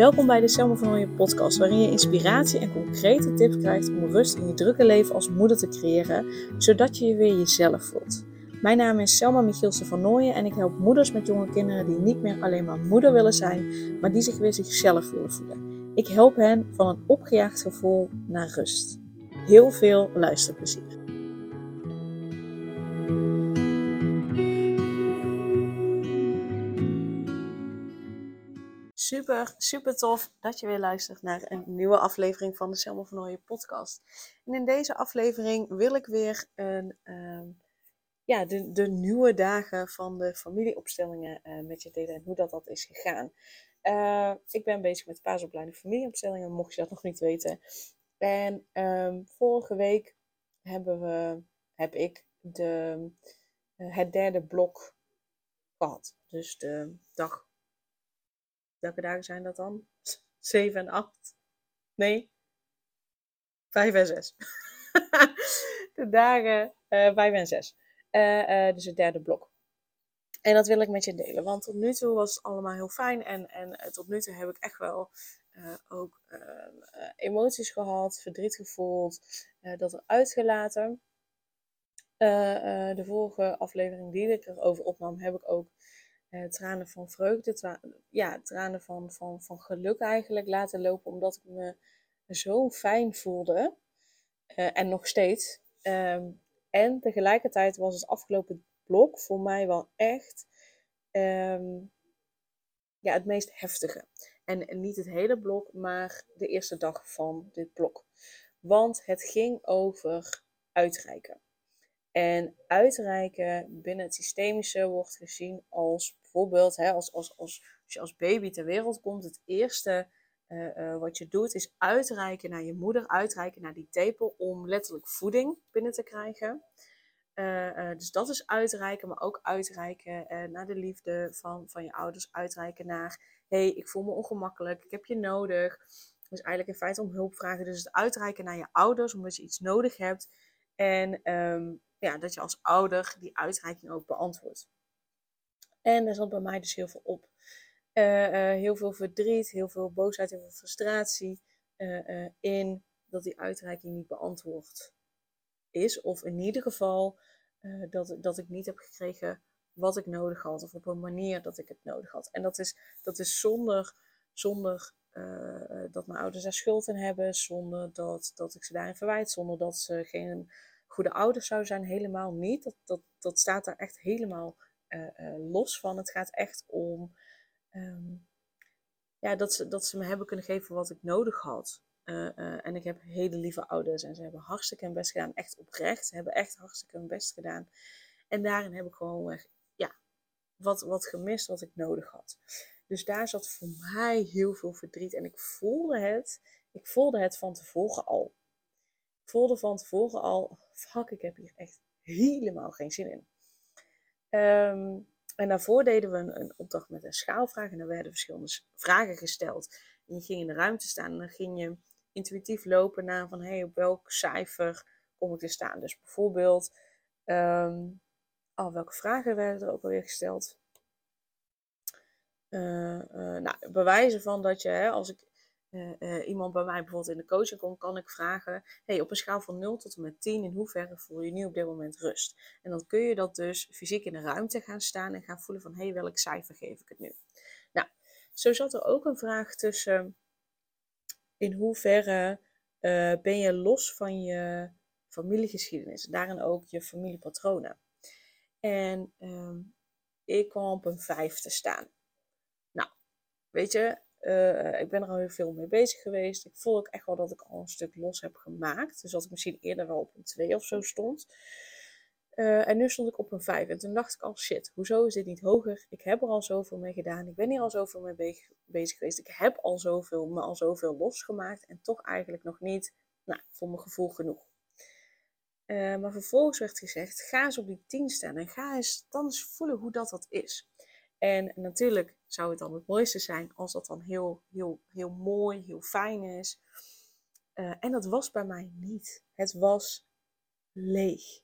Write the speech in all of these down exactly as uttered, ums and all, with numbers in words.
Welkom bij de Selma van Nooijen podcast, waarin je inspiratie en concrete tips krijgt om rust in je drukke leven als moeder te creëren, zodat je je weer jezelf voelt. Mijn naam is Selma Michielse van Nooijen en ik help moeders met jonge kinderen die niet meer alleen maar moeder willen zijn, maar die zich weer zichzelf willen voelen. Ik help hen van een opgejaagd gevoel naar rust. Heel veel luisterplezier. Super, super tof dat je weer luistert naar een nieuwe aflevering van de Selma van Nooijen podcast. En in deze aflevering wil ik weer een, um, ja, de, de nieuwe dagen van de familieopstellingen uh, met je delen en hoe dat, dat is gegaan. Uh, ik ben bezig met paasopleiding familieopstellingen, mocht je dat nog niet weten. En um, vorige week hebben we, heb ik de, uh, het derde blok gehad. Dus de dag... Welke dagen zijn dat dan? zeven en acht? Nee? vijf en zes. De dagen uh, vijf en zes. Uh, uh, dus het derde blok. En dat wil ik met je delen. Want tot nu toe was het allemaal heel fijn. En, en uh, tot nu toe heb ik echt wel uh, ook uh, uh, emoties gehad. Verdriet gevoeld. Uh, dat er uitgelaten. Uh, uh, de vorige aflevering die ik erover opnam, heb ik ook Uh, tranen van vreugde, tra- ja, tranen van, van, van geluk eigenlijk laten lopen, omdat ik me zo fijn voelde. Uh, en nog steeds. Um, en tegelijkertijd was het afgelopen blok voor mij wel echt um, ja, het meest heftige. En, en niet het hele blok, maar de eerste dag van dit blok. Want het ging over uitreiken. En uitreiken binnen het systemische wordt gezien als bijvoorbeeld, hè, als, als, als, als je als baby ter wereld komt, het eerste uh, uh, wat je doet is uitreiken naar je moeder, uitreiken naar die tepel om letterlijk voeding binnen te krijgen. Uh, uh, dus dat is uitreiken, maar ook uitreiken uh, naar de liefde van, van je ouders, uitreiken naar, hé, hey, ik voel me ongemakkelijk, ik heb je nodig. Dus eigenlijk in feite om hulp vragen. Dus het uitreiken naar je ouders, omdat je iets nodig hebt. En um, ja, dat je als ouder die uitreiking ook beantwoordt. En daar zat bij mij dus heel veel op. Uh, uh, heel veel verdriet, heel veel boosheid, heel veel frustratie uh, uh, in dat die uitreiking niet beantwoord is. Of in ieder geval uh, dat, dat ik niet heb gekregen wat ik nodig had. Of op een manier dat ik het nodig had. En dat is, dat is zonder, zonder uh, dat mijn ouders daar schuld in hebben. Zonder dat, dat ik ze daarin verwijt. Zonder dat ze geen goede ouders zou zijn. Helemaal niet. Dat, dat, dat staat daar echt helemaal uh, uh, los van. Het gaat echt om um, ja, dat, ze, dat ze me hebben kunnen geven wat ik nodig had. Uh, uh, en ik heb hele lieve ouders en ze hebben hartstikke hun best gedaan. Echt oprecht. Ze hebben echt hartstikke hun best gedaan. En daarin heb ik gewoon echt, ja, wat, wat gemist wat ik nodig had. Dus daar zat voor mij heel veel verdriet. En ik voelde het, ik voelde het van tevoren al. Ik voelde van tevoren al, fuck, ik heb hier echt helemaal geen zin in. Um, en daarvoor deden we een, een opdracht met een schaalvraag. En er werden verschillende vragen gesteld. En je ging in de ruimte staan en dan ging je intuïtief lopen naar van, hé, hey, op welk cijfer kom ik te staan? Dus bijvoorbeeld, um, oh, welke vragen werden er ook alweer gesteld? Uh, uh, nou, bewijzen van dat je, hè, als ik uh, uh, iemand bij mij bijvoorbeeld in de coaching komt, kan ik vragen, hey, op een schaal van nul tot en met tien, in hoeverre voel je nu op dit moment rust? En dan kun je dat dus fysiek in de ruimte gaan staan en gaan voelen van, hé, hey, welk cijfer geef ik het nu? Nou, zo zat er ook een vraag tussen, in hoeverre uh, ben je los van je familiegeschiedenis, daarin ook je familiepatronen. En um, ik kwam op een vijf te staan. Nou, weet je, uh, ik ben er al heel veel mee bezig geweest. Ik voel ook echt wel dat ik al een stuk los heb gemaakt. Dus dat ik misschien eerder wel op een twee of zo stond. Uh, en nu stond ik op een vijf. En toen dacht ik al, shit, hoezo is dit niet hoger? Ik heb er al zoveel mee gedaan. Ik ben hier al zoveel mee be- bezig geweest. Ik heb al zoveel, me al zoveel losgemaakt. En toch eigenlijk nog niet, nou, voor mijn gevoel genoeg. Uh, maar vervolgens werd gezegd, ga eens op die tien staan. En ga eens dan eens voelen hoe dat dat is. En natuurlijk zou het dan het mooiste zijn als dat dan heel, heel, heel mooi, heel fijn is. Uh, en dat was bij mij niet. Het was leeg.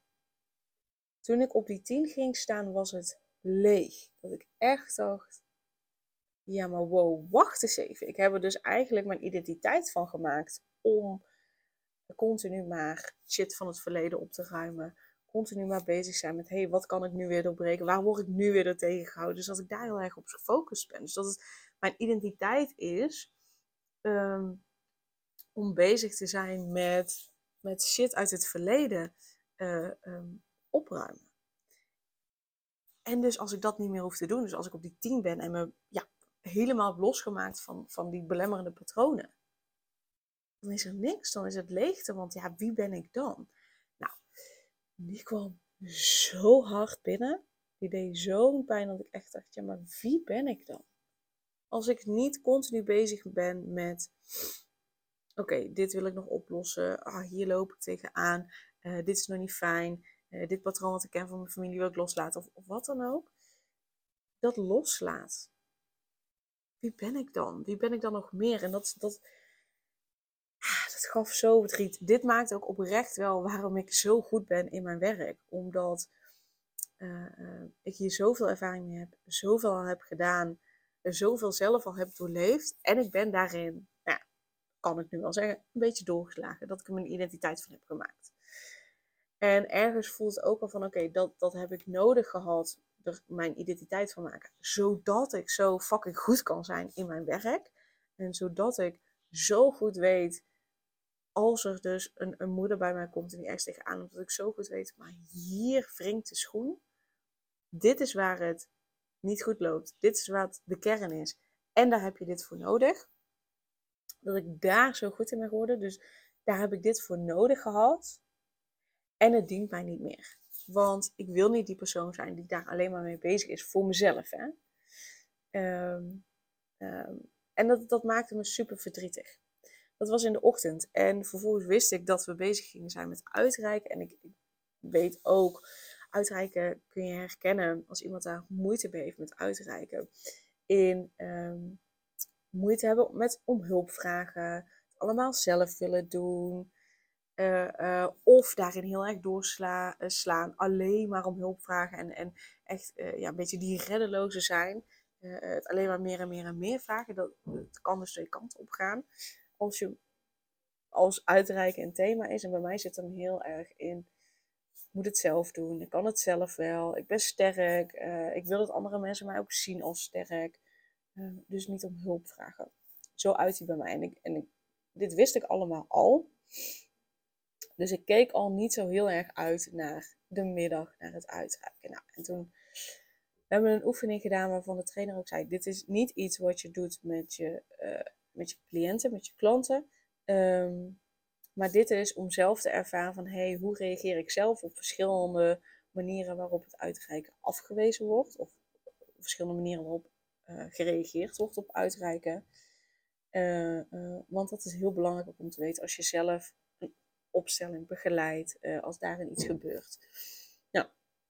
Toen ik op die tien ging staan, was het leeg. Dat ik echt dacht, ja, maar wow, wacht eens even. Ik heb er dus eigenlijk mijn identiteit van gemaakt om continu maar shit van het verleden op te ruimen. Continu maar bezig zijn met, hé, hey, wat kan ik nu weer doorbreken? Waar word ik nu weer door tegengehouden? Dus dat ik daar heel erg op gefocust ben. Dus dat het mijn identiteit is um, om bezig te zijn met, met shit uit het verleden uh, um, opruimen. En dus als ik dat niet meer hoef te doen, dus als ik op die tien ben en me ja, helemaal heb losgemaakt van, van die belemmerende patronen, dan is er niks, dan is het leegte, want ja, wie ben ik dan? Nou, die kwam zo hard binnen, die deed zo'n pijn dat ik echt dacht, ja, maar wie ben ik dan? Als ik niet continu bezig ben met, oké, okay, dit wil ik nog oplossen, ah, hier loop ik tegenaan, uh, dit is nog niet fijn, uh, dit patroon wat ik ken van mijn familie wil ik loslaten, of, of wat dan ook. Dat loslaat. Wie ben ik dan? Wie ben ik dan nog meer? En dat, dat, dat gaf zo verdriet. Dit maakt ook oprecht wel waarom ik zo goed ben in mijn werk. Omdat uh, uh, ik hier zoveel ervaring mee heb, zoveel al heb gedaan, zoveel zelf al heb doorleefd. En ik ben daarin, ja, kan ik nu wel zeggen, een beetje doorgeslagen. Dat ik er mijn identiteit van heb gemaakt. En ergens voelt het ook al van, oké, okay, dat, dat heb ik nodig gehad, er mijn identiteit van maken. Zodat ik zo fucking goed kan zijn in mijn werk. En zodat ik zo goed weet, als er dus een, een moeder bij mij komt en die ergens tegenaan, omdat ik zo goed weet, maar hier wringt de schoen. Dit is waar het niet goed loopt. Dit is wat de kern is. En daar heb je dit voor nodig. Dat ik daar zo goed in ben geworden. Dus daar heb ik dit voor nodig gehad. En het dient mij niet meer. Want ik wil niet die persoon zijn die daar alleen maar mee bezig is. Voor mezelf. Hè? Um, um, en dat, dat maakte me super verdrietig. Dat was in de ochtend. En vervolgens wist ik dat we bezig gingen zijn met uitreiken. En ik, ik weet ook, uitreiken kun je herkennen als iemand daar moeite mee heeft met uitreiken. In um, moeite hebben met om hulp vragen. Het allemaal zelf willen doen. Uh, uh, of daarin heel erg doorslaan, uh, alleen maar om hulp vragen en, en echt uh, ja, een beetje die reddeloze zijn. Uh, het alleen maar meer en meer en meer vragen, dat, dat kan dus twee kanten op gaan. Als je als uitreiken een thema is, en bij mij zit hem heel erg in, ik moet het zelf doen, ik kan het zelf wel, ik ben sterk, uh, ik wil dat andere mensen mij ook zien als sterk. Uh, dus niet om hulp vragen. Zo uit hij bij mij. En, ik, en ik, dit wist ik allemaal al. Dus ik keek al niet zo heel erg uit naar de middag, naar het uitreiken. Nou, en toen we hebben we een oefening gedaan waarvan de trainer ook zei, dit is niet iets wat je doet met je, uh, met je cliënten, met je klanten. Um, maar dit is om zelf te ervaren van, hé, hey, hoe reageer ik zelf op verschillende manieren waarop het uitreiken afgewezen wordt. Of verschillende manieren waarop uh, gereageerd wordt op uitreiken. Uh, uh, want dat is heel belangrijk om te weten als je zelf opstelling begeleid, uh, als daarin iets gebeurt. Nou,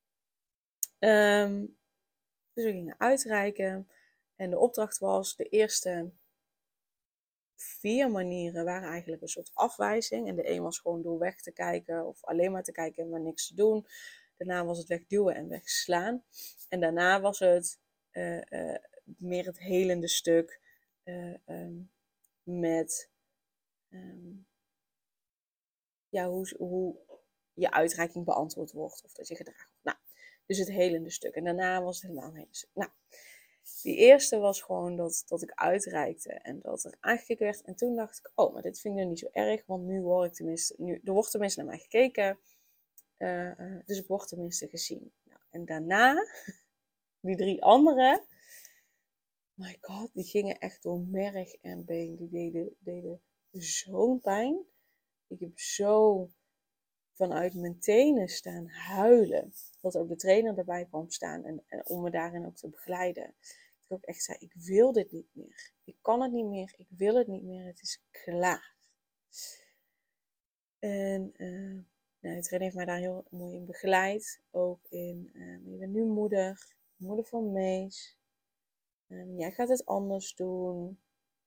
um, dus we gingen uitreiken en de opdracht was, de eerste vier manieren waren eigenlijk een soort afwijzing. En de een was gewoon door weg te kijken of alleen maar te kijken en maar niks te doen. Daarna was het wegduwen en wegslaan. En daarna was het uh, uh, meer het helende stuk uh, um, met um, ja, hoe, hoe je uitreiking beantwoord wordt of dat je gedragen wordt. Nou, dus het helende stuk. En daarna was het helemaal een hele stuk. Nou, die eerste was gewoon dat, dat ik uitreikte en dat er aangekeken werd. En toen dacht ik, oh, maar dit vind ik niet zo erg, want nu word ik tenminste, nu, er wordt tenminste naar mij gekeken. Uh, uh, dus ik word tenminste gezien. Nou, en daarna, die drie andere, my god, die gingen echt door merg en been. Die deden, deden zo'n pijn. Ik heb zo vanuit mijn tenen staan huilen. Dat ook de trainer erbij kwam staan en, en om me daarin ook te begeleiden. Dat ik ook echt zei, ik wil dit niet meer. Ik kan het niet meer, ik wil het niet meer, het is klaar. En uh, nou, de trainer heeft mij daar heel mooi in begeleid. Ook in, uh, je bent nu moeder, moeder van Mees. Um, jij gaat het anders doen.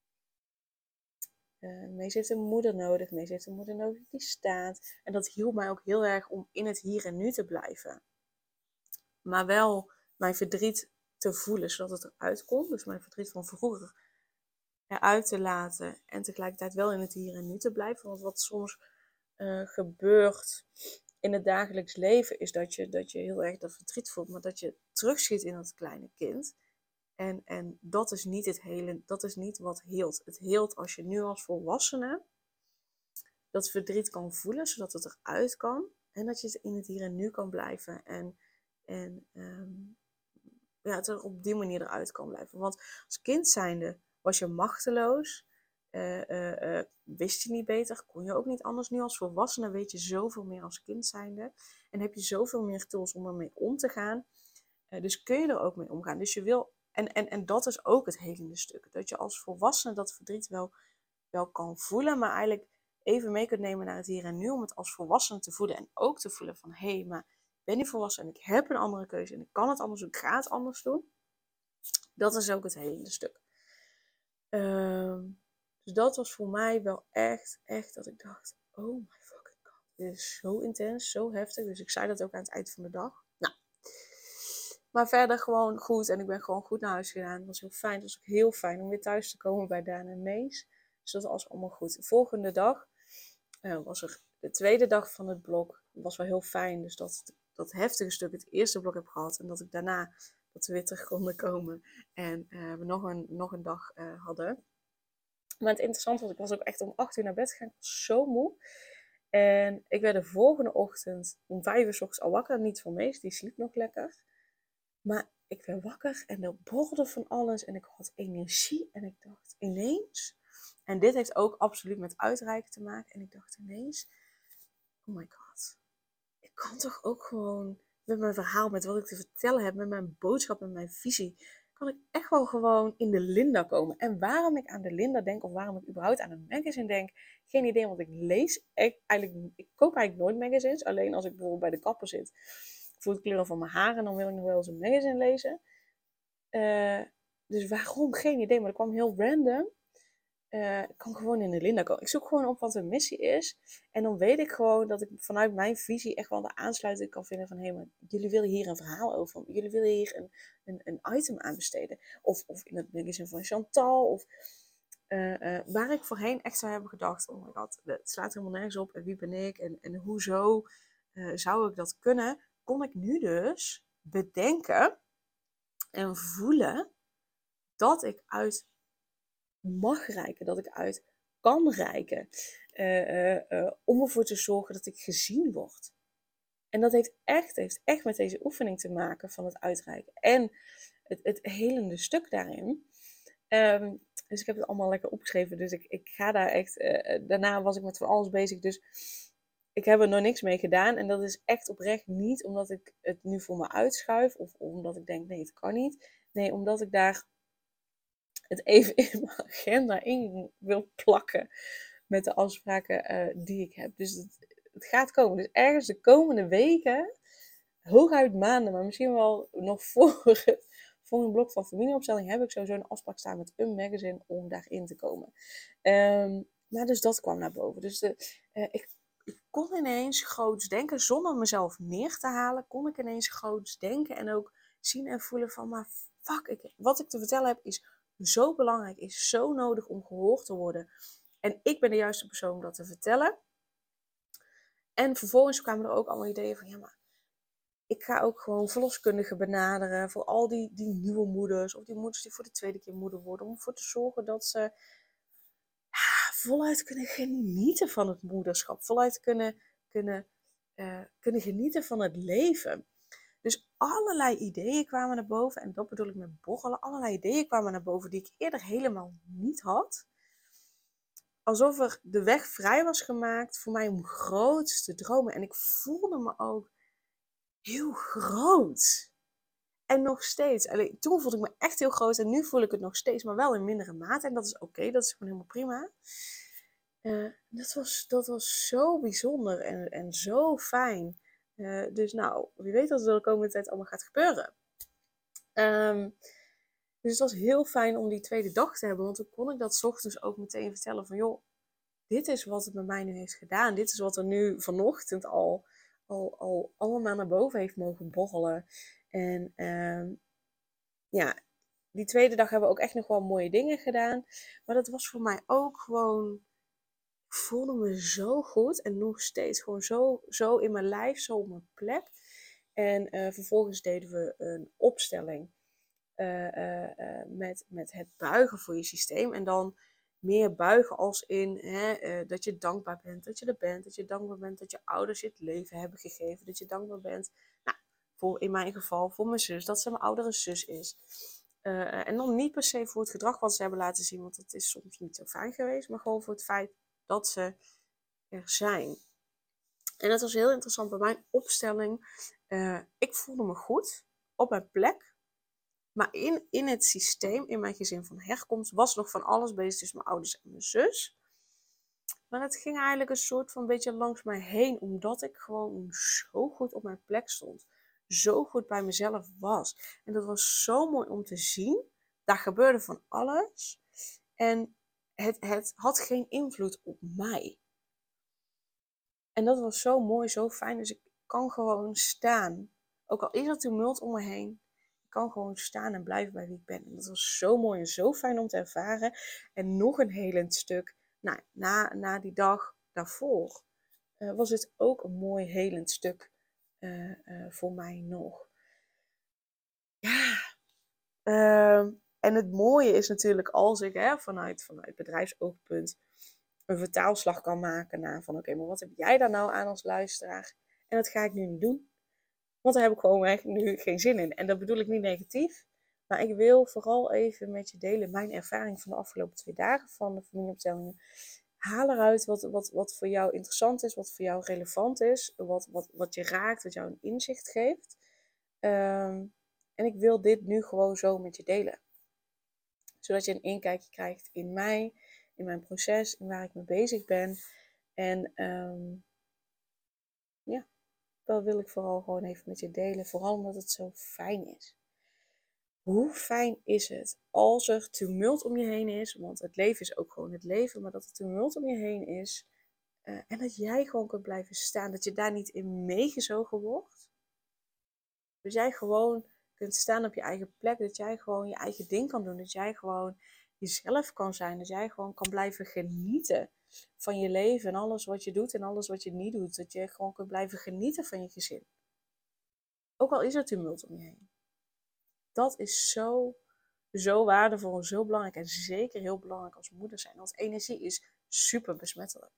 Uh, Mees heeft een moeder nodig. Mees heeft een moeder nodig die staat. En dat hielp mij ook heel erg om in het hier en nu te blijven. Maar wel mijn verdriet te voelen, zodat het eruit komt. Dus mijn verdriet van vroeger eruit te laten en tegelijkertijd wel in het hier en nu te blijven. Want wat soms uh, gebeurt in het dagelijks leven is dat je, dat je heel erg dat verdriet voelt, maar dat je terugschiet in dat kleine kind. En, en dat is niet het hele, dat is niet wat heelt. Het heelt als je nu als volwassene dat verdriet kan voelen, zodat het eruit kan. En dat je het in het hier en nu kan blijven. En, en um, ja, het er op die manier eruit kan blijven. Want als kind zijnde was je machteloos. Uh, uh, uh, wist je niet beter. Kon je ook niet anders. Nu als volwassene weet je zoveel meer als kind zijnde. En heb je zoveel meer tools om ermee om te gaan. Uh, dus kun je er ook mee omgaan. Dus je wil... En, en, en dat is ook het helende stuk. Dat je als volwassene dat verdriet wel, wel kan voelen. Maar eigenlijk even mee kunt nemen naar het hier en nu. Om het als volwassene te voelen. En ook te voelen van... Hé, hey, maar ik ben nu volwassen en ik heb een andere keuze. En ik kan het anders doen. Ik ga het anders doen. Dat is ook het helende stuk. Um, dus dat was voor mij wel echt, echt dat ik dacht... Oh my fucking god. Dit is zo intens, zo heftig. Dus ik zei dat ook aan het eind van de dag. Nou... Maar verder gewoon goed. En ik ben gewoon goed naar huis gegaan. Het was heel fijn. Het was ook heel fijn om weer thuis te komen bij Daan en Mees. Dus dat was allemaal goed. De volgende dag uh, was er de tweede dag van het blok. Dat was wel heel fijn. Dus dat, dat heftige stuk het eerste blok heb gehad. En dat ik daarna dat we weer terug konden komen. En uh, we nog een, nog een dag uh, hadden. Maar het interessante was, ik was ook echt om acht uur naar bed gegaan. Ik was zo moe. En ik werd de volgende ochtend om vijf uur 's ochtends al wakker. Niet van Mees, die sliep nog lekker. Maar ik werd wakker en er borrelde van alles en ik had energie en ik dacht ineens, en dit heeft ook absoluut met uitreiken te maken, en ik dacht ineens, oh my god, ik kan toch ook gewoon met mijn verhaal, met wat ik te vertellen heb, met mijn boodschap, met mijn visie, kan ik echt wel gewoon in de Linda komen. En waarom ik aan de Linda denk, of waarom ik überhaupt aan een magazine denk, geen idee, want ik lees, ik, eigenlijk, ik koop eigenlijk nooit magazines, alleen als ik bijvoorbeeld bij de kapper zit. Ik voel de kleuren van mijn haren en dan wil ik nog wel eens een magazine lezen. Uh, dus waarom? Geen idee. Maar dat kwam heel random. Uh, ik kan gewoon in de Linda komen. Ik zoek gewoon op wat een missie is. En dan weet ik gewoon dat ik vanuit mijn visie echt wel de aansluiting kan vinden van... Hé, hey, maar jullie willen hier een verhaal over. Jullie willen hier een, een, een item aan besteden. Of, of in het magazine van Chantal. Of uh, uh, waar ik voorheen echt zou hebben gedacht... Oh my god, het slaat helemaal nergens op. En wie ben ik? En, en hoezo uh, zou ik dat kunnen? Kon ik nu dus bedenken en voelen dat ik uit mag reiken, dat ik uit kan reiken, uh, uh, uh, om ervoor te zorgen dat ik gezien word. En dat heeft echt, heeft echt met deze oefening te maken van het uitreiken en het, het helende stuk daarin. Um, dus ik heb het allemaal lekker opgeschreven, dus ik, ik ga daar echt, uh, daarna was ik met van alles bezig, dus ik heb er nog niks mee gedaan. En dat is echt oprecht niet omdat ik het nu voor me uitschuif. Of omdat ik denk, nee, het kan niet. Nee, omdat ik daar het even in mijn agenda in wil plakken. Met de afspraken uh, die ik heb. Dus het, het gaat komen. Dus ergens de komende weken, hooguit maanden, maar misschien wel nog voor het, voor een blok van familieopstelling, heb ik sowieso een afspraak staan met een magazine om daarin te komen. Um, maar dus dat kwam naar boven. Dus de, uh, ik Ik kon ineens groots denken, zonder mezelf neer te halen, kon ik ineens groots denken en ook zien en voelen van, maar fuck, ik, wat ik te vertellen heb is zo belangrijk, is zo nodig om gehoord te worden. En ik ben de juiste persoon om dat te vertellen. En vervolgens kwamen er ook allemaal ideeën van, ja maar, ik ga ook gewoon verloskundigen benaderen voor al die, die nieuwe moeders, of die moeders die voor de tweede keer moeder worden, om ervoor te zorgen dat ze voluit kunnen genieten van het moederschap. Voluit kunnen, kunnen, uh, kunnen genieten van het leven. Dus allerlei ideeën kwamen naar boven. En dat bedoel ik met borrelen. Allerlei ideeën kwamen naar boven die ik eerder helemaal niet had. Alsof er de weg vrij was gemaakt voor mij om groots te dromen. En ik voelde me ook heel groot. En nog steeds. Alleen, toen voelde ik me echt heel groot. En nu voel ik het nog steeds. Maar wel in mindere mate. En dat is oké. Okay, dat is gewoon helemaal prima. Uh, dat, was, dat was zo bijzonder en, en zo fijn. Uh, dus nou, wie weet wat er de komende tijd allemaal gaat gebeuren. Um, dus het was heel fijn om die tweede dag te hebben. Want toen kon ik dat 's ochtends ook meteen vertellen van... joh, dit is wat het met mij nu heeft gedaan. Dit is wat er nu vanochtend al, al, al allemaal naar boven heeft mogen borrelen. En um, ja, die tweede dag hebben we ook echt nog wel mooie dingen gedaan. Maar dat was voor mij ook gewoon... Ik voelde me zo goed en nog steeds gewoon zo, zo in mijn lijf, zo op mijn plek. En uh, vervolgens deden we een opstelling uh, uh, uh, met, met het buigen voor je systeem. En dan meer buigen als in hè, uh, dat je dankbaar bent dat je er bent. Dat je dankbaar bent dat je ouders je het leven hebben gegeven. Dat je dankbaar bent, nou, voor, in mijn geval voor mijn zus, dat ze mijn oudere zus is. Uh, en dan niet per se voor het gedrag wat ze hebben laten zien, want dat is soms niet zo fijn geweest. Maar gewoon voor het feit dat ze er zijn. En dat was heel interessant bij mijn opstelling. Uh, ik voelde me goed op mijn plek. Maar in, in het systeem, in mijn gezin van herkomst, was nog van alles bezig tussen mijn ouders en mijn zus. Maar het ging eigenlijk een soort van beetje langs mij heen, omdat ik gewoon zo goed op mijn plek stond. Zo goed bij mezelf was. En dat was zo mooi om te zien. Daar gebeurde van alles. En het, het had geen invloed op mij. En dat was zo mooi, zo fijn. Dus ik kan gewoon staan. Ook al is er tumult om me heen. Ik kan gewoon staan en blijven bij wie ik ben. En dat was zo mooi en zo fijn om te ervaren. En nog een helend stuk. Nou, na, na die dag daarvoor uh, was het ook een mooi helend stuk uh, uh, voor mij nog. Ja. Uh, en het mooie is natuurlijk als ik hè, vanuit, vanuit bedrijfsoogpunt een vertaalslag kan maken naar van oké, okay, maar wat heb jij daar nou aan als luisteraar? En dat ga ik nu niet doen. Want daar heb ik gewoon echt nu geen zin in. En dat bedoel ik niet negatief. Maar ik wil vooral even met je delen mijn ervaring van de afgelopen twee dagen van de familieopstellingen. Haal eruit wat, wat, wat voor jou interessant is, wat voor jou relevant is. Wat, wat, wat je raakt, wat jou een inzicht geeft. Um, en ik wil dit nu gewoon zo met je delen. Zodat je een inkijkje krijgt in mij, in mijn proces, in waar ik mee bezig ben. En um, ja, dat wil ik vooral gewoon even met je delen. Vooral omdat het zo fijn is. Hoe fijn is het als er tumult om je heen is. Want het leven is ook gewoon het leven. Maar dat er tumult om je heen is. Uh, en dat jij gewoon kunt blijven staan. Dat je daar niet in meegezogen wordt. Dus jij gewoon kunt staan op je eigen plek. Dat jij gewoon je eigen ding kan doen. Dat jij gewoon jezelf kan zijn. Dat jij gewoon kan blijven genieten van je leven. En alles wat je doet en alles wat je niet doet. Dat je gewoon kunt blijven genieten van je gezin. Ook al is er tumult om je heen. Dat is zo, zo waardevol en zo belangrijk. En zeker heel belangrijk als moeder zijn. Want energie is super besmettelijk.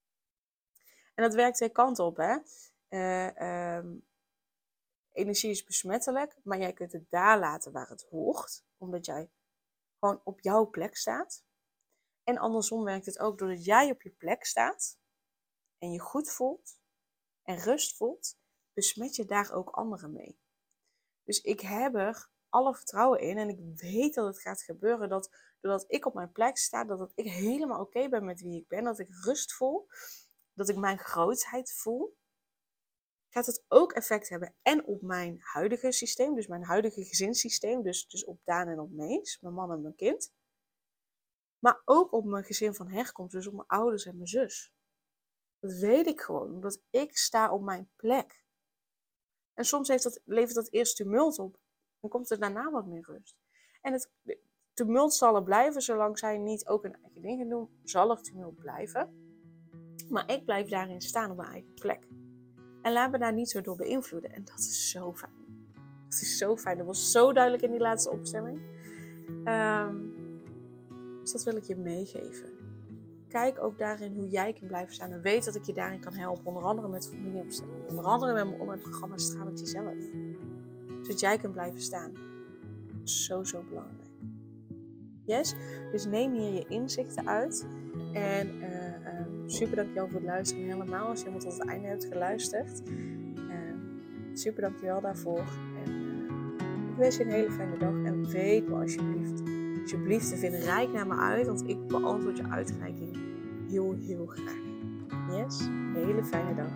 En dat werkt twee kanten op, hè. Uh, um, energie is besmettelijk. Maar jij kunt het daar laten waar het hoort. Omdat jij gewoon op jouw plek staat. En andersom werkt het ook doordat jij op je plek staat. En je goed voelt. En rust voelt. Besmet je daar ook anderen mee. Dus ik heb er alle vertrouwen in. En ik weet dat het gaat gebeuren. Dat doordat ik op mijn plek sta. Dat ik helemaal oké okay ben met wie ik ben. Dat ik rust voel. Dat ik mijn grootheid voel. Gaat het ook effect hebben. En op mijn huidige systeem. Dus mijn huidige gezinssysteem. Dus, dus op Daan en op Mees. Mijn man en mijn kind. Maar ook op mijn gezin van herkomst. Dus op mijn ouders en mijn zus. Dat weet ik gewoon. Omdat ik sta op mijn plek. En soms heeft dat, levert dat eerst tumult op. Dan komt er daarna wat meer rust. En het tumult zal er blijven. Zolang zij niet ook hun eigen dingen doen. Zal er tumult blijven. Maar ik blijf daarin staan op mijn eigen plek. En laat me daar niet zo door beïnvloeden. En dat is zo fijn. Dat is zo fijn. Dat was zo duidelijk in die laatste opstelling. Um, dus dat wil ik je meegeven. Kijk ook daarin hoe jij kan blijven staan. En weet dat ik je daarin kan helpen. Onder andere met familieopstellingen. Onder andere met mijn online programma Stralend Jezelf. Zodat jij kunt blijven staan. Zo, zo belangrijk. Yes? Dus neem hier je inzichten uit. En uh, uh, super dankjewel voor het luisteren. Helemaal als je helemaal tot het einde hebt geluisterd. Uh, super dankjewel daarvoor. En uh, ik wens je een hele fijne dag. En weet me alsjeblieft. Alsjeblieft te vinden. Reik naar me uit. Want ik beantwoord je uitreiking heel, heel graag. Yes? Een hele fijne dag.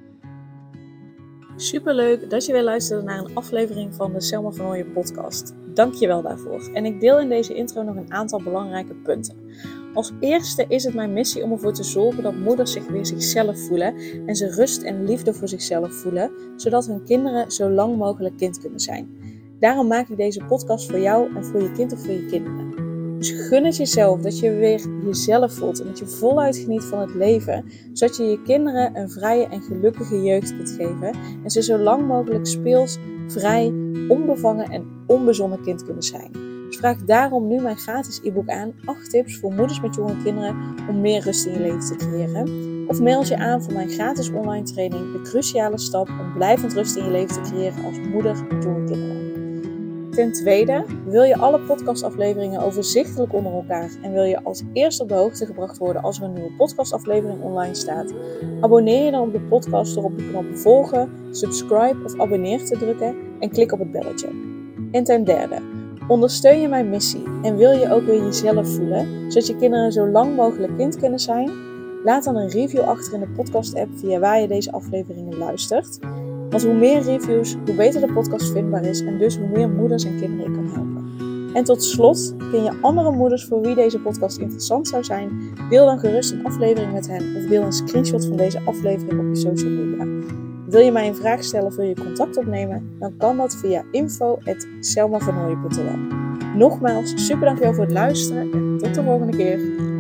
Superleuk dat je weer luisterde naar een aflevering van de Selma van Ooyen podcast. dank je wel daarvoor. En ik deel in deze intro nog een aantal belangrijke punten. Als eerste is het mijn missie om ervoor te zorgen dat moeders zich weer zichzelf voelen en ze rust en liefde voor zichzelf voelen, zodat hun kinderen zo lang mogelijk kind kunnen zijn. Daarom maak ik deze podcast voor jou en voor je kind of voor je kinderen. Dus gun het jezelf dat je weer jezelf voelt en dat je voluit geniet van het leven, zodat je je kinderen een vrije en gelukkige jeugd kunt geven en ze zo lang mogelijk speels, vrij, onbevangen en onbezonnen kind kunnen zijn. Dus vraag daarom nu mijn gratis e-book aan, acht tips voor moeders met jonge kinderen om meer rust in je leven te creëren. Of meld je aan voor mijn gratis online training, de cruciale stap om blijvend rust in je leven te creëren als moeder met jonge kinderen. Ten tweede, wil je alle podcastafleveringen overzichtelijk onder elkaar en wil je als eerste op de hoogte gebracht worden als er een nieuwe podcastaflevering online staat? Abonneer je dan op de podcast door op de knop volgen, subscribe of abonneer te drukken en klik op het belletje. En ten derde, ondersteun je mijn missie en wil je ook weer jezelf voelen, zodat je kinderen zo lang mogelijk kind kunnen zijn? Laat dan een review achter in de podcast-app via waar je deze afleveringen luistert. Want hoe meer reviews, hoe beter de podcast vindbaar is en dus hoe meer moeders en kinderen ik kan helpen. En tot slot, ken je andere moeders voor wie deze podcast interessant zou zijn? Deel dan gerust een aflevering met hen of deel een screenshot van deze aflevering op je social media. Wil je mij een vraag stellen of wil je contact opnemen? Dan kan dat via info at selma van hooyen punt n l. Nogmaals, super dankjewel voor het luisteren en tot de volgende keer.